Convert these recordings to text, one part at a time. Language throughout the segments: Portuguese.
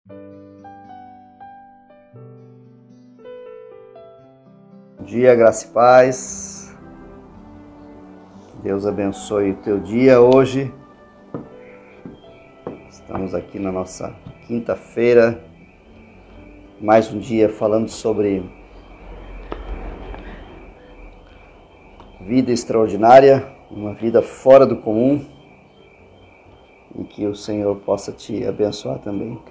Bom dia, graça e paz. Deus abençoe o teu dia hoje. Estamos aqui na nossa quinta-feira, mais um dia falando sobre vida extraordinária, uma vida fora do comum, e que o Senhor possa te abençoar também.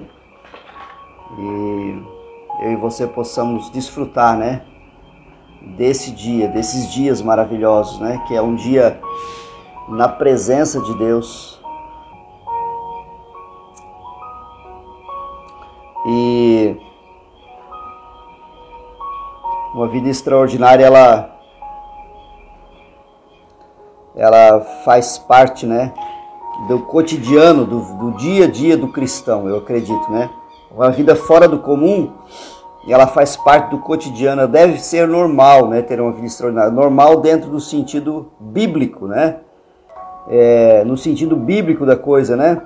E eu e você possamos desfrutar, né, desse dia, desses dias maravilhosos, né, que é um dia na presença de Deus. E uma vida extraordinária, ela faz parte, né, do cotidiano, do dia a dia do cristão, eu acredito, né? Uma vida fora do comum, ela faz parte do cotidiano, ela deve ser normal, né, ter uma vida extraordinária. Normal dentro do sentido bíblico, né? No sentido bíblico da coisa, né?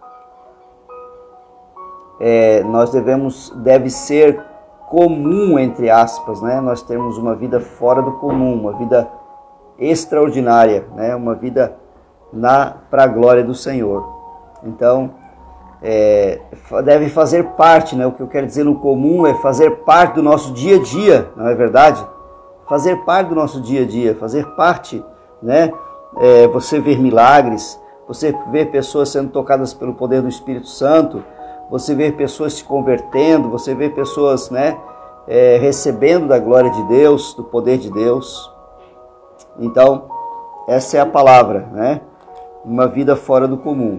Deve ser comum, entre aspas, né? Nós temos uma vida fora do comum, uma vida extraordinária, né? Uma vida para a glória do Senhor. Então, deve fazer parte, né? O que eu quero dizer no comum é fazer parte do nosso dia a dia, não é verdade? Fazer parte do nosso dia a dia, fazer parte, né? Você ver milagres, você ver pessoas sendo tocadas pelo poder do Espírito Santo, você ver pessoas se convertendo, você ver pessoas, né, recebendo da glória de Deus, do poder de Deus. Então, essa é a palavra, né? Uma vida fora do comum.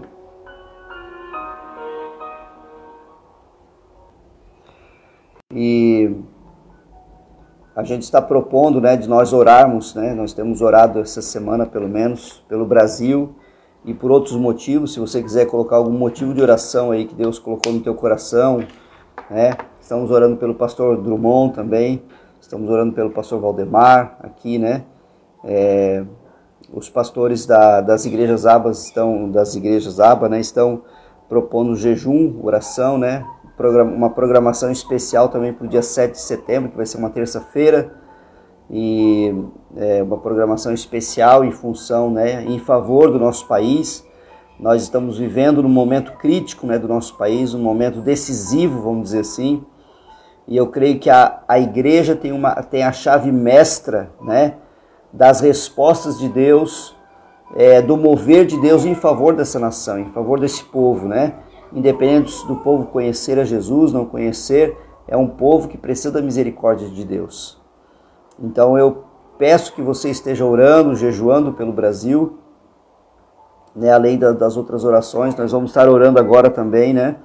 E a gente está propondo, né, de nós orarmos, né? Nós temos orado essa semana, pelo menos, pelo Brasil e por outros motivos. Se você quiser colocar algum motivo de oração aí que Deus colocou no teu coração, né? Estamos orando pelo pastor Drummond também, estamos orando pelo pastor Valdemar aqui, né? Os pastores das igrejas ABA estão propondo jejum, oração, né? Uma programação especial também para o dia 7 de setembro, que vai ser uma terça-feira, e uma programação especial em função, né, em favor do nosso país. Nós estamos vivendo num momento crítico, né, do nosso país, um momento decisivo, vamos dizer assim, e eu creio que a igreja tem a chave mestra, né, das respostas de Deus, do mover de Deus em favor dessa nação, em favor desse povo, né? Independente do povo conhecer a Jesus, não conhecer, é um povo que precisa da misericórdia de Deus. Então eu peço que você esteja orando, jejuando pelo Brasil, né? Além das outras orações, nós vamos estar orando agora também, né?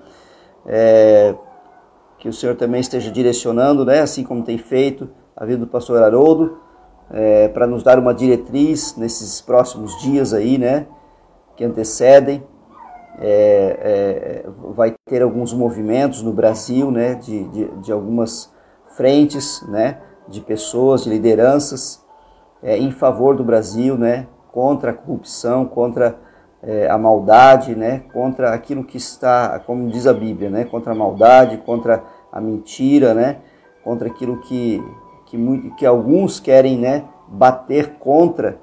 Que o Senhor também esteja direcionando, né? Assim como tem feito a vida do pastor Haroldo, para nos dar uma diretriz nesses próximos dias aí, né? Que antecedem. Vai ter alguns movimentos no Brasil, né, de algumas frentes, né, de pessoas, de lideranças em favor do Brasil, né, contra a corrupção, contra a maldade, né, contra aquilo que está, como diz a Bíblia, né, contra a maldade, contra a mentira, né, contra aquilo que alguns querem, né, bater contra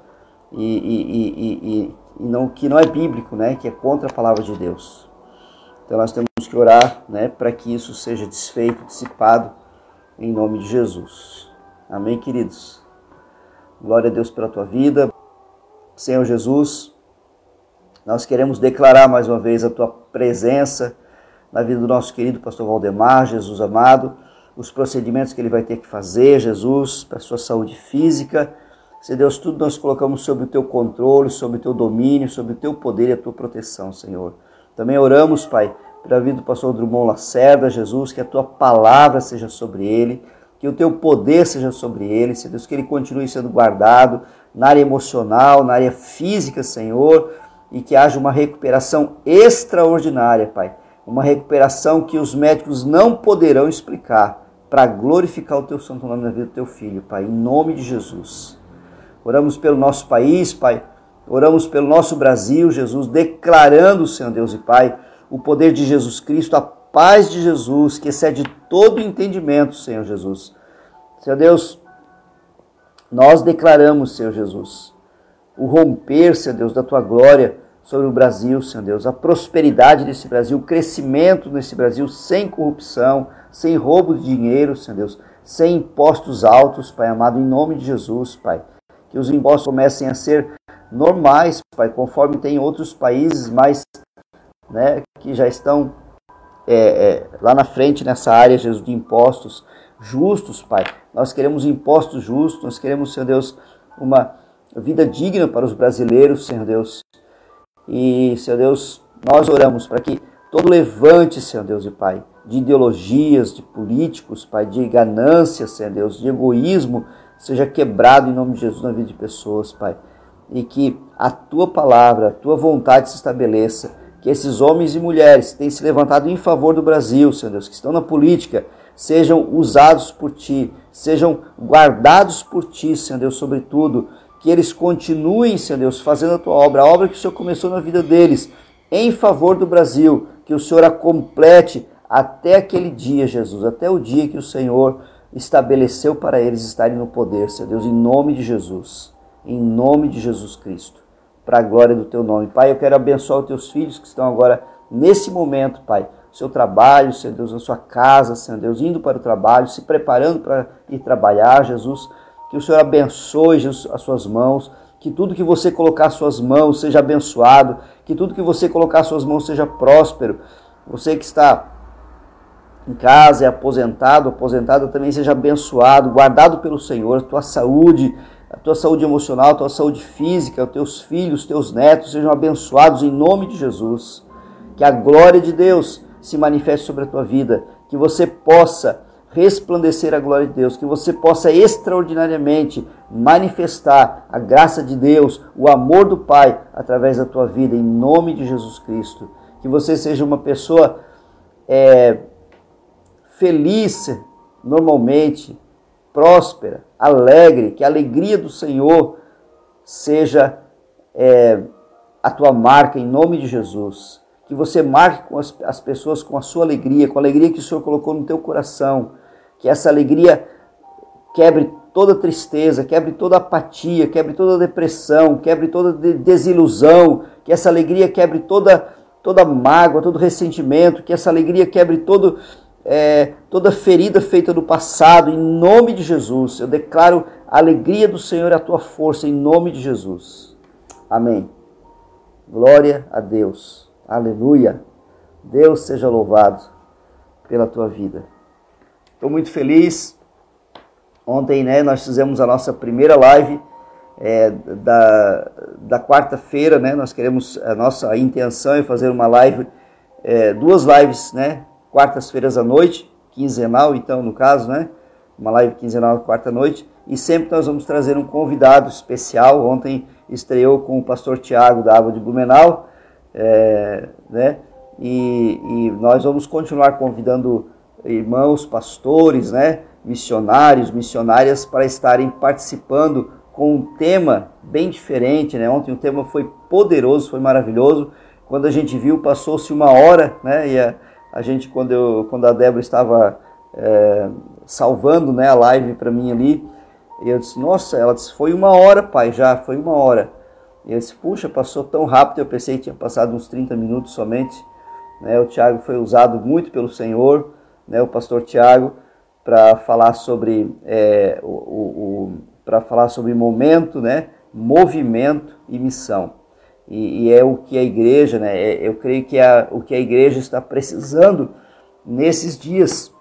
que não é bíblico, né, que é contra a palavra de Deus. Então nós temos que orar, né, para que isso seja desfeito, dissipado, em nome de Jesus. Amém, queridos? Glória a Deus pela tua vida. Senhor Jesus, nós queremos declarar mais uma vez a tua presença na vida do nosso querido pastor Valdemar, Jesus amado, os procedimentos que ele vai ter que fazer, Jesus, para a sua saúde física. Se Deus, tudo nós colocamos sob o teu controle, sob o teu domínio, sob o teu poder e a tua proteção, Senhor. Também oramos, Pai, pela vida do pastor Drummond Lacerda, Jesus, que a tua palavra seja sobre ele, que o teu poder seja sobre ele, Senhor Deus, que ele continue sendo guardado na área emocional, na área física, Senhor, e que haja uma recuperação extraordinária, Pai. Uma recuperação que os médicos não poderão explicar, para glorificar o teu santo nome na vida do teu filho, Pai, em nome de Jesus. Oramos pelo nosso país, Pai. Oramos pelo nosso Brasil, Jesus, declarando, Senhor Deus e Pai, o poder de Jesus Cristo, a paz de Jesus, que excede todo entendimento, Senhor Jesus. Senhor Deus, nós declaramos, Senhor Jesus, o romper, Senhor Deus, da Tua glória sobre o Brasil, Senhor Deus, a prosperidade desse Brasil, o crescimento nesse Brasil sem corrupção, sem roubo de dinheiro, Senhor Deus, sem impostos altos, Pai amado, em nome de Jesus, Pai. Que os impostos comecem a ser normais, Pai, conforme tem outros países mais, né, que já estão lá na frente nessa área, Jesus, de impostos justos, Pai. Nós queremos impostos justos, nós queremos, Senhor Deus, uma vida digna para os brasileiros, Senhor Deus. E, Senhor Deus, nós oramos para que todo levante, Senhor Deus e Pai, de ideologias, de políticos, Pai, de ganância, Senhor Deus, de egoísmo, seja quebrado em nome de Jesus na vida de pessoas, Pai. E que a Tua palavra, a Tua vontade se estabeleça, que esses homens e mulheres que têm se levantado em favor do Brasil, Senhor Deus, que estão na política, sejam usados por Ti, sejam guardados por Ti, Senhor Deus, sobretudo, que eles continuem, Senhor Deus, fazendo a Tua obra, a obra que o Senhor começou na vida deles, em favor do Brasil, que o Senhor a complete até aquele dia, Jesus, até o dia que o Senhor estabeleceu para eles estarem no poder, Senhor Deus, em nome de Jesus Cristo, para a glória do Teu nome. Pai, eu quero abençoar os Teus filhos que estão agora, nesse momento, Pai, o seu trabalho, Senhor Deus, na sua casa, Senhor Deus, indo para o trabalho, se preparando para ir trabalhar, Jesus, que o Senhor abençoe, Jesus, as suas mãos, que tudo que você colocar as suas mãos seja abençoado, que tudo que você colocar as suas mãos seja próspero. Você que está em casa, é aposentado, aposentada, também seja abençoado, guardado pelo Senhor, a tua saúde emocional, a tua saúde física, os teus filhos, os teus netos sejam abençoados em nome de Jesus. Que a glória de Deus se manifeste sobre a tua vida, que você possa resplandecer a glória de Deus, que você possa extraordinariamente manifestar a graça de Deus, o amor do Pai através da tua vida, em nome de Jesus Cristo. Que você seja uma pessoa feliz normalmente, próspera, alegre, que a alegria do Senhor seja a tua marca em nome de Jesus. Que você marque com as pessoas com a sua alegria, com a alegria que o Senhor colocou no teu coração. Que essa alegria quebre toda tristeza, quebre toda apatia, quebre toda depressão, quebre toda desilusão. Que essa alegria quebre toda mágoa, todo ressentimento. Que essa alegria quebre toda ferida feita no passado, em nome de Jesus. Eu declaro a alegria do Senhor e a tua força, em nome de Jesus. Amém. Glória a Deus. Aleluia. Deus seja louvado pela tua vida. Estou muito feliz. Ontem, nós fizemos a nossa primeira live da quarta-feira, Nós queremos, a nossa intenção é fazer uma live, duas lives, quartas-feiras à noite, quinzenal, então, no caso, Uma live quinzenal, quarta-noite. E sempre nós vamos trazer um convidado especial. Ontem estreou com o pastor Tiago da Água de Blumenau. E nós vamos continuar convidando irmãos, pastores, missionários, missionárias para estarem participando com um tema bem diferente, Ontem o tema foi poderoso, foi maravilhoso. Quando a gente viu, passou-se uma hora, E a gente, quando a Débora estava salvando, a live para mim ali, eu disse, nossa, ela disse, foi uma hora, pai, já, foi uma hora. E eu disse, puxa, passou tão rápido, eu pensei que tinha passado uns 30 minutos somente. O Tiago foi usado muito pelo Senhor, o pastor Tiago, para falar sobre momento, movimento e missão. E é o que a igreja, eu creio que o que a igreja está precisando nesses dias,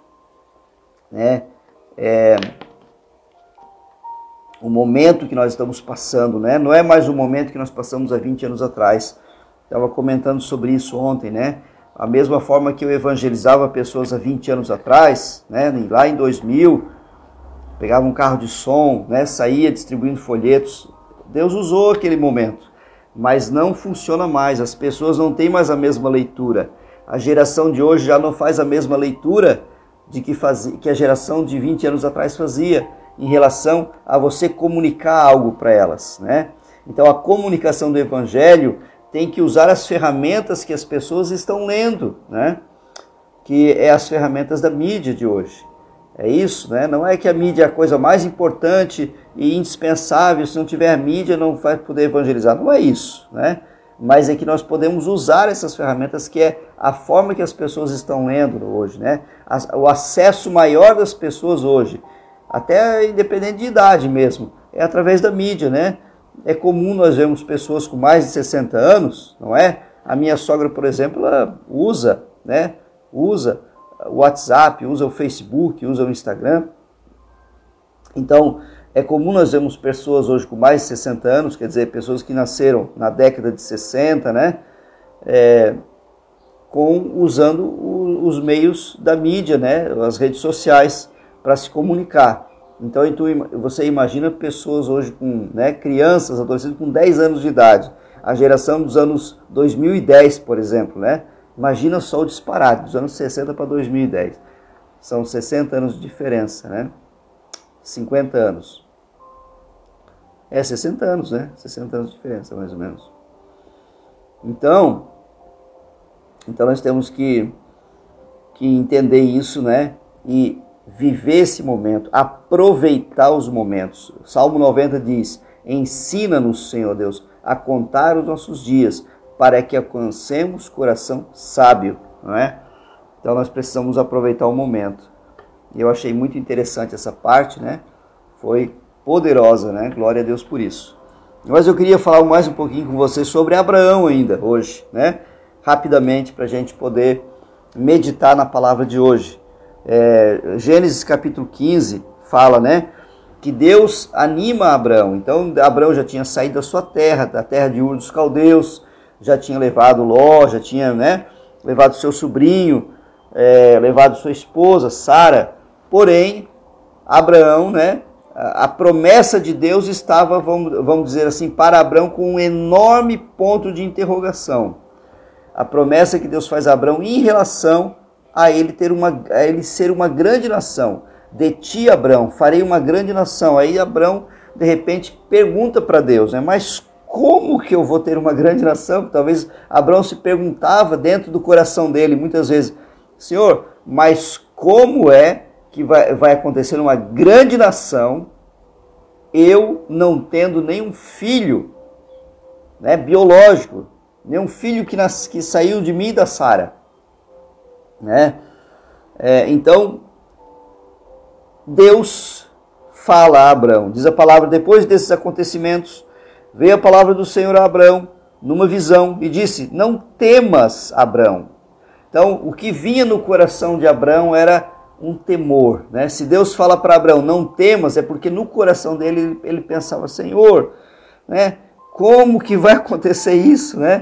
o momento que nós estamos passando, não é mais o momento que nós passamos há 20 anos atrás. Estava comentando sobre isso ontem, A mesma forma que eu evangelizava pessoas há 20 anos atrás, lá em 2000, pegava um carro de som, saía distribuindo folhetos. Deus usou aquele momento, mas não funciona mais. As pessoas não têm mais a mesma leitura. A geração de hoje já não faz a mesma leitura que a geração de 20 anos atrás fazia, em relação a você comunicar algo para elas, Então a comunicação do Evangelho tem que usar as ferramentas que as pessoas estão lendo, que é as ferramentas da mídia de hoje. É isso, né? Não é que a mídia é a coisa mais importante e indispensável, se não tiver a mídia não vai poder evangelizar. Não é isso, né? Mas é que nós podemos usar essas ferramentas, que é a forma que as pessoas estão lendo hoje, né? O acesso maior das pessoas hoje, até independente de idade mesmo, é através da mídia, né? É comum nós vermos pessoas com mais de 60 anos, não é? A minha sogra, por exemplo, ela usa, né? Usa o WhatsApp, usa o Facebook, usa o Instagram. Então, é comum nós vermos pessoas hoje com mais de 60 anos, quer dizer, pessoas que nasceram na década de 60, né? Usando os meios da mídia, né? As redes sociais para se comunicar. Então, você imagina pessoas hoje com, né, crianças, adolescentes com 10 anos de idade, a geração dos anos 2010, por exemplo, né? Imagina só o disparate, dos anos 60 para 2010. São 60 anos de diferença, né? 50 anos. 60 anos, né? 60 anos de diferença, mais ou menos. Então nós temos que entender isso, né? E viver esse momento, aproveitar os momentos. Salmo 90 diz: ensina-nos, Senhor Deus, a contar os nossos dias, para que alcancemos coração sábio, não é? Então nós precisamos aproveitar o momento. E eu achei muito interessante essa parte, né? Foi poderosa, né? Glória a Deus por isso. Mas eu queria falar mais um pouquinho com vocês sobre Abraão ainda, hoje, né? Rapidamente, para a gente poder meditar na palavra de hoje. Gênesis capítulo 15 fala, né? Que Deus anima Abraão. Então Abraão já tinha saído da sua terra, da terra de Ur dos Caldeus, já tinha levado Ló, já tinha, né, levado seu sobrinho, levado sua esposa, Sara. Porém, Abraão, né, a promessa de Deus estava, vamos dizer assim, para Abraão com um enorme ponto de interrogação. A promessa que Deus faz a Abraão em relação a ele ser uma grande nação. De ti, Abraão, farei uma grande nação. Aí Abraão, de repente, pergunta para Deus, né, mas como que eu vou ter uma grande nação? Talvez Abraão se perguntava dentro do coração dele, muitas vezes: Senhor, mas como é que vai acontecer uma grande nação, eu não tendo nenhum filho, né, biológico, nenhum filho que saiu de mim e da Sara, né? Então, Deus fala a Abraão, diz a palavra: depois desses acontecimentos, veio a palavra do Senhor a Abraão numa visão e disse: não temas, Abraão. Então, o que vinha no coração de Abraão era um temor, né? Se Deus fala para Abraão: não temas, é porque no coração dele ele pensava: Senhor, né? Como que vai acontecer isso, né?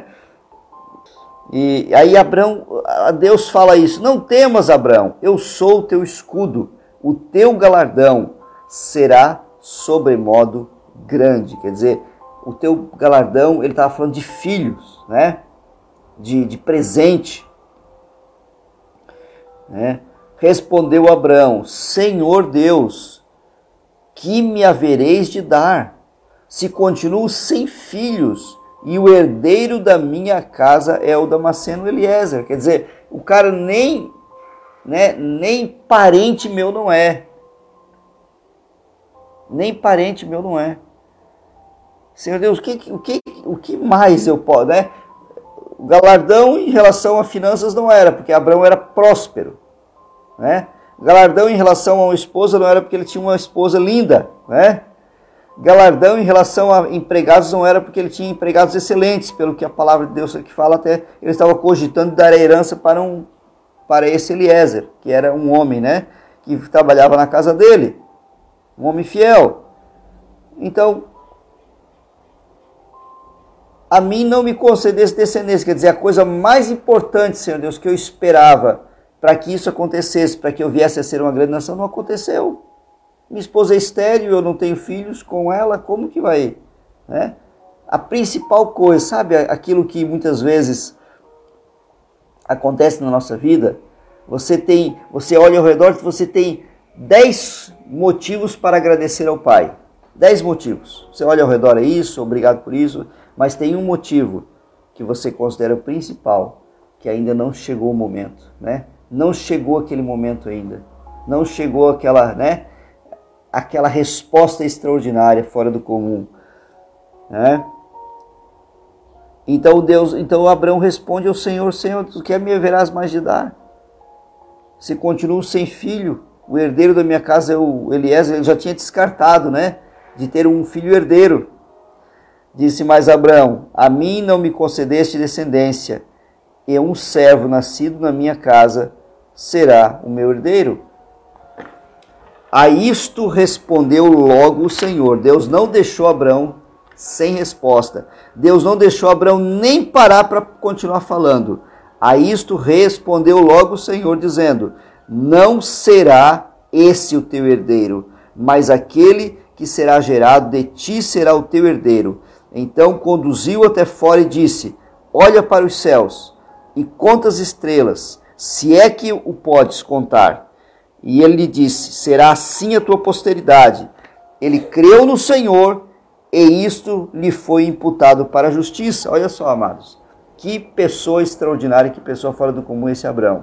E aí Deus fala isso: não temas, Abraão, eu sou o teu escudo, o teu galardão será sobremodo grande. Quer dizer, o teu galardão, ele estava falando de filhos, né? De presente, né? Respondeu Abraão: Senhor Deus, que me havereis de dar, se continuo sem filhos, e o herdeiro da minha casa é o Damasceno Eliezer? Quer dizer, o cara nem parente meu não é. Nem parente meu não é. Senhor Deus, o que mais eu posso, né? O galardão em relação a finanças não era, porque Abraão era próspero, né? Galardão em relação a uma esposa não era porque ele tinha uma esposa linda, né? Galardão em relação a empregados não era porque ele tinha empregados excelentes, pelo que a palavra de Deus aqui fala. Até ele estava cogitando dar a herança para esse Eliezer, que era um homem, né, que trabalhava na casa dele, um homem fiel. Então, a mim não me concedesse descendência, quer dizer, a coisa mais importante, Senhor Deus, que eu esperava para que isso acontecesse, para que eu viesse a ser uma grande nação, não aconteceu. Minha esposa é estéril, eu não tenho filhos com ela, como que vai, né? A principal coisa, sabe, aquilo que muitas vezes acontece na nossa vida, você olha ao redor e você tem 10 motivos para agradecer ao Pai. 10 motivos. Você olha ao redor, é isso, obrigado por isso, mas tem um motivo que você considera o principal, que ainda não chegou o momento, né? não chegou aquele momento ainda. Não chegou aquela resposta extraordinária, fora do comum. Né? Então Abraão responde ao Senhor: Senhor, tu que me haverás mais de dar? Se continuo sem filho, o herdeiro da minha casa é o Eliezer. Ele já tinha descartado, né, de ter um filho herdeiro. Disse mais Abraão: a mim não me concedeste descendência, e um servo nascido na minha casa será o meu herdeiro. A isto respondeu logo o Senhor. Deus não deixou Abraão sem resposta. Deus não deixou Abraão nem parar para continuar falando. A isto respondeu logo o Senhor, dizendo: não será esse o teu herdeiro, mas aquele que será gerado de ti será o teu herdeiro. Então conduziu até fora e disse: olha para os céus e conta as estrelas, se é que o podes contar. E ele lhe disse: será assim a tua posteridade. Ele creu no Senhor, e isto lhe foi imputado para a justiça. Olha só, amados, que pessoa extraordinária, que pessoa fora do comum esse Abraão.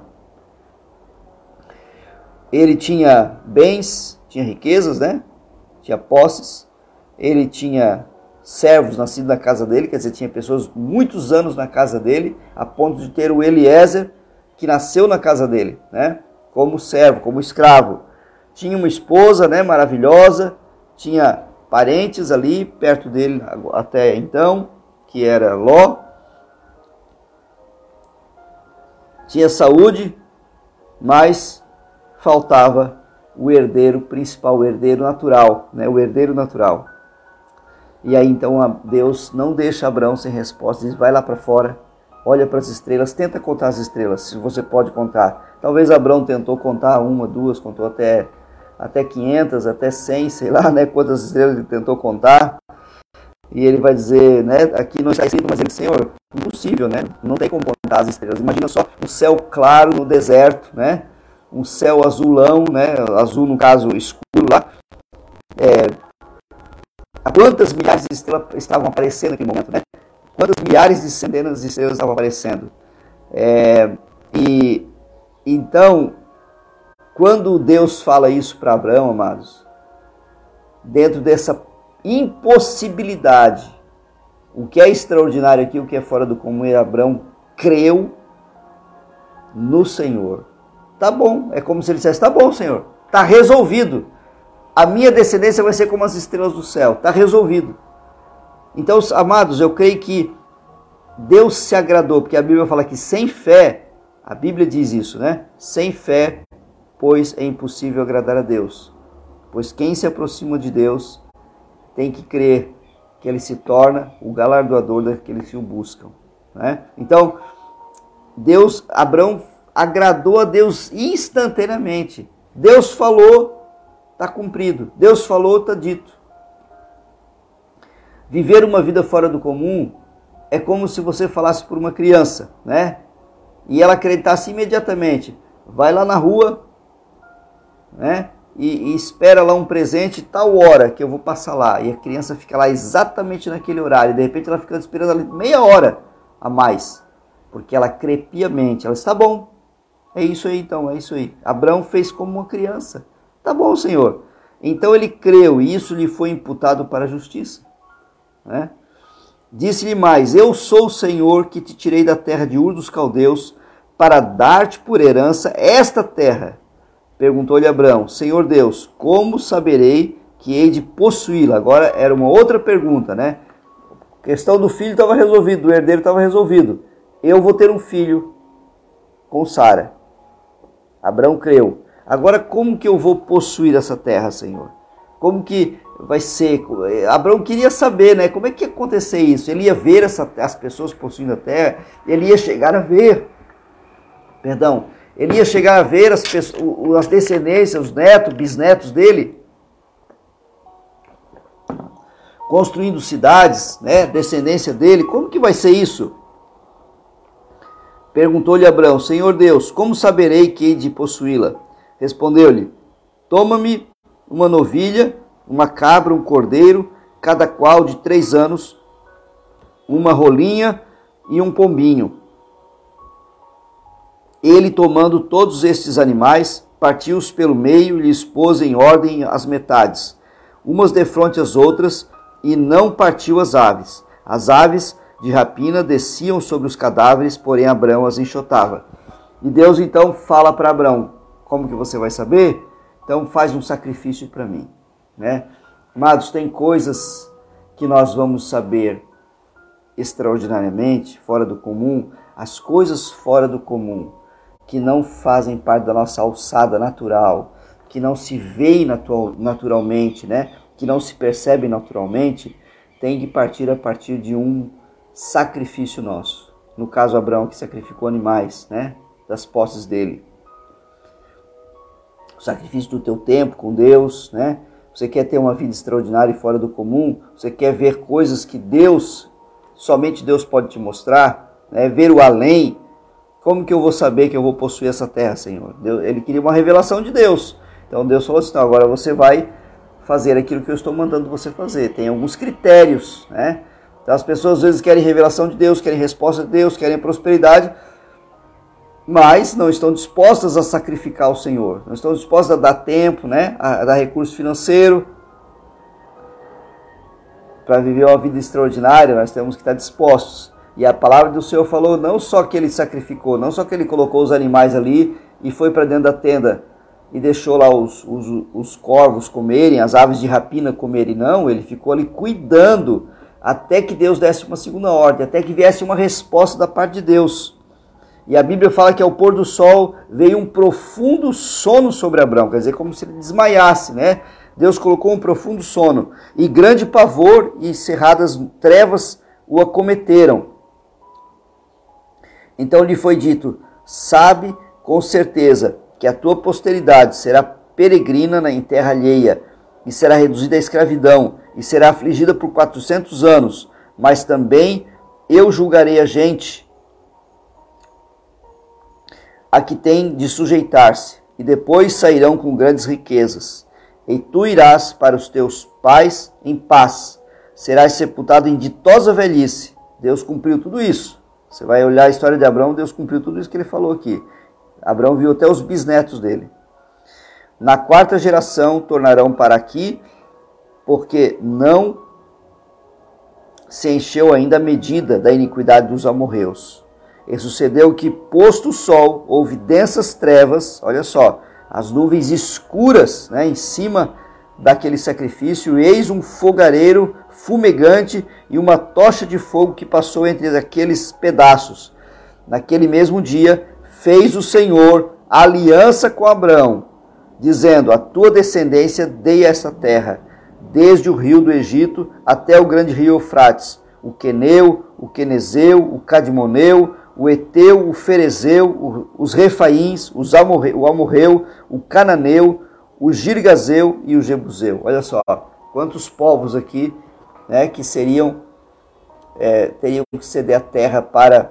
Ele tinha bens, tinha riquezas, né? Tinha posses, ele tinha servos nascidos na casa dele, quer dizer, tinha pessoas muitos anos na casa dele, a ponto de ter o Eliezer, que nasceu na casa dele, né? Como servo, como escravo. Tinha uma esposa, né, maravilhosa, tinha parentes ali perto dele até então, que era Ló. Tinha saúde, mas faltava o herdeiro principal, o herdeiro natural, né, o herdeiro natural. E aí então Deus não deixa Abraão sem resposta, diz: vai lá para fora, olha para as estrelas, tenta contar as estrelas, se você pode contar. Talvez Abraão tentou contar uma, duas, contou até 500, até 100, sei lá, né, quantas estrelas ele tentou contar. E ele vai dizer, né, aqui não está escrito, mas ele: Senhor, impossível, né, não tem como contar as estrelas. Imagina só um céu claro no deserto, né, um céu azulão, né, azul no caso escuro lá. Quantas milhares de estrelas estavam aparecendo naquele momento, né? Quantas milhares de centenas de estrelas estavam aparecendo. E então, quando Deus fala isso para Abraão, amados, dentro dessa impossibilidade, o que é extraordinário aqui, o que é fora do comum, é Abraão creu no Senhor. Tá bom, é como se ele dissesse: tá bom, Senhor, tá resolvido. A minha descendência vai ser como as estrelas do céu. Está resolvido. Então, amados, eu creio que Deus se agradou, porque a Bíblia fala que sem fé, a Bíblia diz isso, né? Sem fé, pois é impossível agradar a Deus. Pois quem se aproxima de Deus tem que crer que ele se torna o galardoador daqueles que o buscam, né? Então, Abraão agradou a Deus instantaneamente. Deus falou, está cumprido. Deus falou, está dito. Viver uma vida fora do comum é como se você falasse por uma criança, né? E ela acreditasse imediatamente: vai lá na rua, né? E espera lá um presente tal hora que eu vou passar lá. E a criança fica lá exatamente naquele horário. E de repente ela fica esperando ali meia hora a mais, porque ela crê piamente. Ela diz: tá bom, é isso aí então, é isso aí. Abraão fez como uma criança. Tá bom, Senhor. Então ele creu e isso lhe foi imputado para a justiça, né? Disse-lhe mais: eu sou o Senhor que te tirei da terra de Ur dos Caldeus para dar-te por herança esta terra. Perguntou-lhe Abraão: Senhor Deus, como saberei que hei de possuí-la? Agora era uma outra pergunta, né? A questão do filho estava resolvida, do herdeiro estava resolvido. Eu vou ter um filho com Sara. Abraão creu. Agora, como que eu vou possuir essa terra, Senhor? Como que vai ser? Abraão queria saber, né? Como é que ia acontecer isso? Ele ia ver as pessoas possuindo a terra, ele ia chegar a ver. Ele ia chegar a ver as descendências, os netos, bisnetos dele, construindo cidades, né? Descendência dele. Como que vai ser isso? Perguntou-lhe Abraão: Senhor Deus, como saberei que hei de possuí-la? Respondeu-lhe: toma-me uma novilha, uma cabra, um cordeiro, cada qual de 3 anos, uma rolinha e um pombinho. Ele, tomando todos estes animais, partiu-os pelo meio e lhes pôs em ordem as metades, umas defronte às outras, e não partiu as aves. As aves de rapina desciam sobre os cadáveres, porém Abrão as enxotava. E Deus então fala para Abrão: como que você vai saber? Então faz um sacrifício para mim, né? Amados, tem coisas que nós vamos saber extraordinariamente, fora do comum, as coisas fora do comum, que não fazem parte da nossa alçada natural, que não se veem naturalmente, né? Que não se percebem naturalmente, tem que partir a partir de um sacrifício nosso. No caso, Abraão, que sacrificou animais, né? Das posses dele. O sacrifício do teu tempo com Deus, né? Você quer ter uma vida extraordinária e fora do comum? Você quer ver coisas que somente Deus pode te mostrar, né? Ver o além. Como que eu vou saber que eu vou possuir essa terra, Senhor? Ele queria uma revelação de Deus. Então Deus falou assim: não, agora você vai fazer aquilo que eu estou mandando você fazer. Tem alguns critérios, né? Então as pessoas às vezes querem revelação de Deus, querem resposta de Deus, querem prosperidade, mas não estão dispostas a sacrificar o Senhor. Não estão dispostas a dar tempo, né? A dar recurso financeiro. Para viver uma vida extraordinária, nós temos que estar dispostos. E a palavra do Senhor falou não só que ele sacrificou, não só que ele colocou os animais ali e foi para dentro da tenda e deixou lá os corvos comerem, as aves de rapina comerem. Não, ele ficou ali cuidando até que Deus desse uma segunda ordem, até que viesse uma resposta da parte de Deus. E a Bíblia fala que ao pôr do sol veio um profundo sono sobre Abrão, quer dizer, como se ele desmaiasse, né? Deus colocou um profundo sono, e grande pavor e cerradas trevas o acometeram. Então lhe foi dito: sabe com certeza que a tua posteridade será peregrina em terra alheia, e será reduzida à escravidão, e será afligida por 400 anos, mas também eu julgarei a gente a que tem de sujeitar-se, e depois sairão com grandes riquezas. E tu irás para os teus pais em paz, serás sepultado em ditosa velhice. Deus cumpriu tudo isso. Você vai olhar a história de Abraão, Deus cumpriu tudo isso que ele falou aqui. Abraão viu até os bisnetos dele. Na quarta geração tornarão para aqui, porque não se encheu ainda a medida da iniquidade dos amorreus. E sucedeu que, posto o sol, houve densas trevas, olha só, as nuvens escuras, né, em cima daquele sacrifício, e eis um fogareiro fumegante e uma tocha de fogo que passou entre aqueles pedaços. Naquele mesmo dia fez o Senhor aliança com Abrão, dizendo: a tua descendência dei essa terra, desde o rio do Egito até o grande rio Eufrates, o Queneu, o Quenezeu, o Cadmoneu, o Eteu, o Ferezeu, os Refaíns, o Amorreu, o Cananeu, o Girgazeu e o Jebuseu. Olha só, quantos povos aqui, né, que teriam que ceder a terra para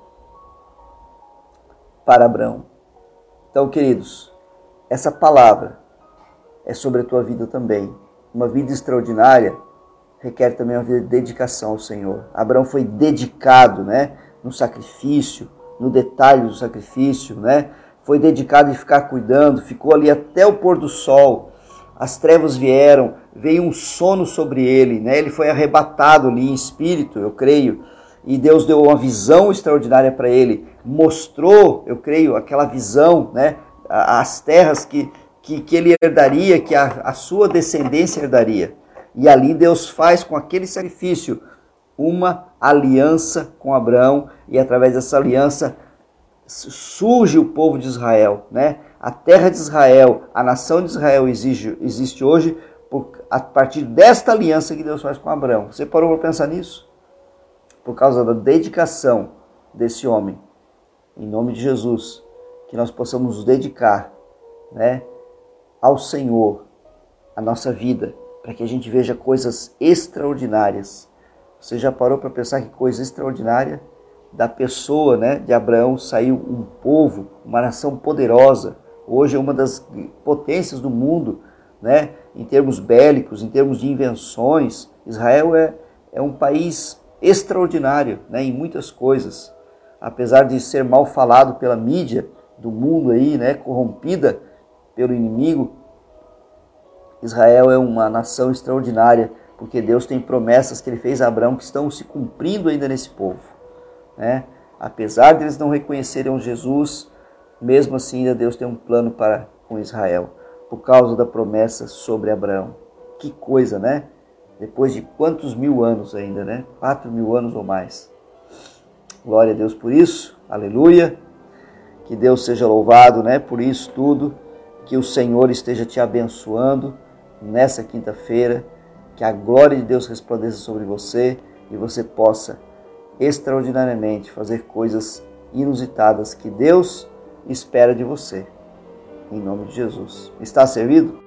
Abrão. Então, queridos, essa palavra é sobre a tua vida também. Uma vida extraordinária requer também uma vida de dedicação ao Senhor. Abrão foi dedicado, né, no sacrifício, no detalhe do sacrifício, né? Foi dedicado em ficar cuidando, ficou ali até o pôr do sol. As trevas vieram, veio um sono sobre ele, né? Ele foi arrebatado ali em espírito, eu creio, e Deus deu uma visão extraordinária para ele, mostrou, eu creio, aquela visão, né? As terras que ele herdaria, que a sua descendência herdaria. E ali Deus faz com aquele sacrifício uma aliança com Abraão, e através dessa aliança surge o povo de Israel, né? A terra de Israel, a nação de Israel existe hoje a partir desta aliança que Deus faz com Abraão. Você parou para pensar nisso? Por causa da dedicação desse homem. Em nome de Jesus, que nós possamos nos dedicar, né, ao Senhor, a nossa vida, para que a gente veja coisas extraordinárias. Você já parou para pensar que coisa extraordinária? Da pessoa, né, de Abraão saiu um povo, uma nação poderosa. Hoje é uma das potências do mundo, né, em termos bélicos, em termos de invenções. Israel é um país extraordinário, né, em muitas coisas. Apesar de ser mal falado pela mídia, do mundo aí, né, corrompida pelo inimigo, Israel é uma nação extraordinária, porque Deus tem promessas que ele fez a Abraão que estão se cumprindo ainda nesse povo, né? Apesar de eles não reconhecerem Jesus, mesmo assim ainda Deus tem um plano para com Israel, por causa da promessa sobre Abraão. Que coisa, né? Depois de quantos mil anos ainda, né? 4.000 anos ou mais. Glória a Deus por isso, aleluia. Que Deus seja louvado, né? Por isso tudo, que o Senhor esteja te abençoando nessa quinta-feira, que a glória de Deus resplandeça sobre você e você possa extraordinariamente fazer coisas inusitadas que Deus espera de você. Em nome de Jesus. Está servido?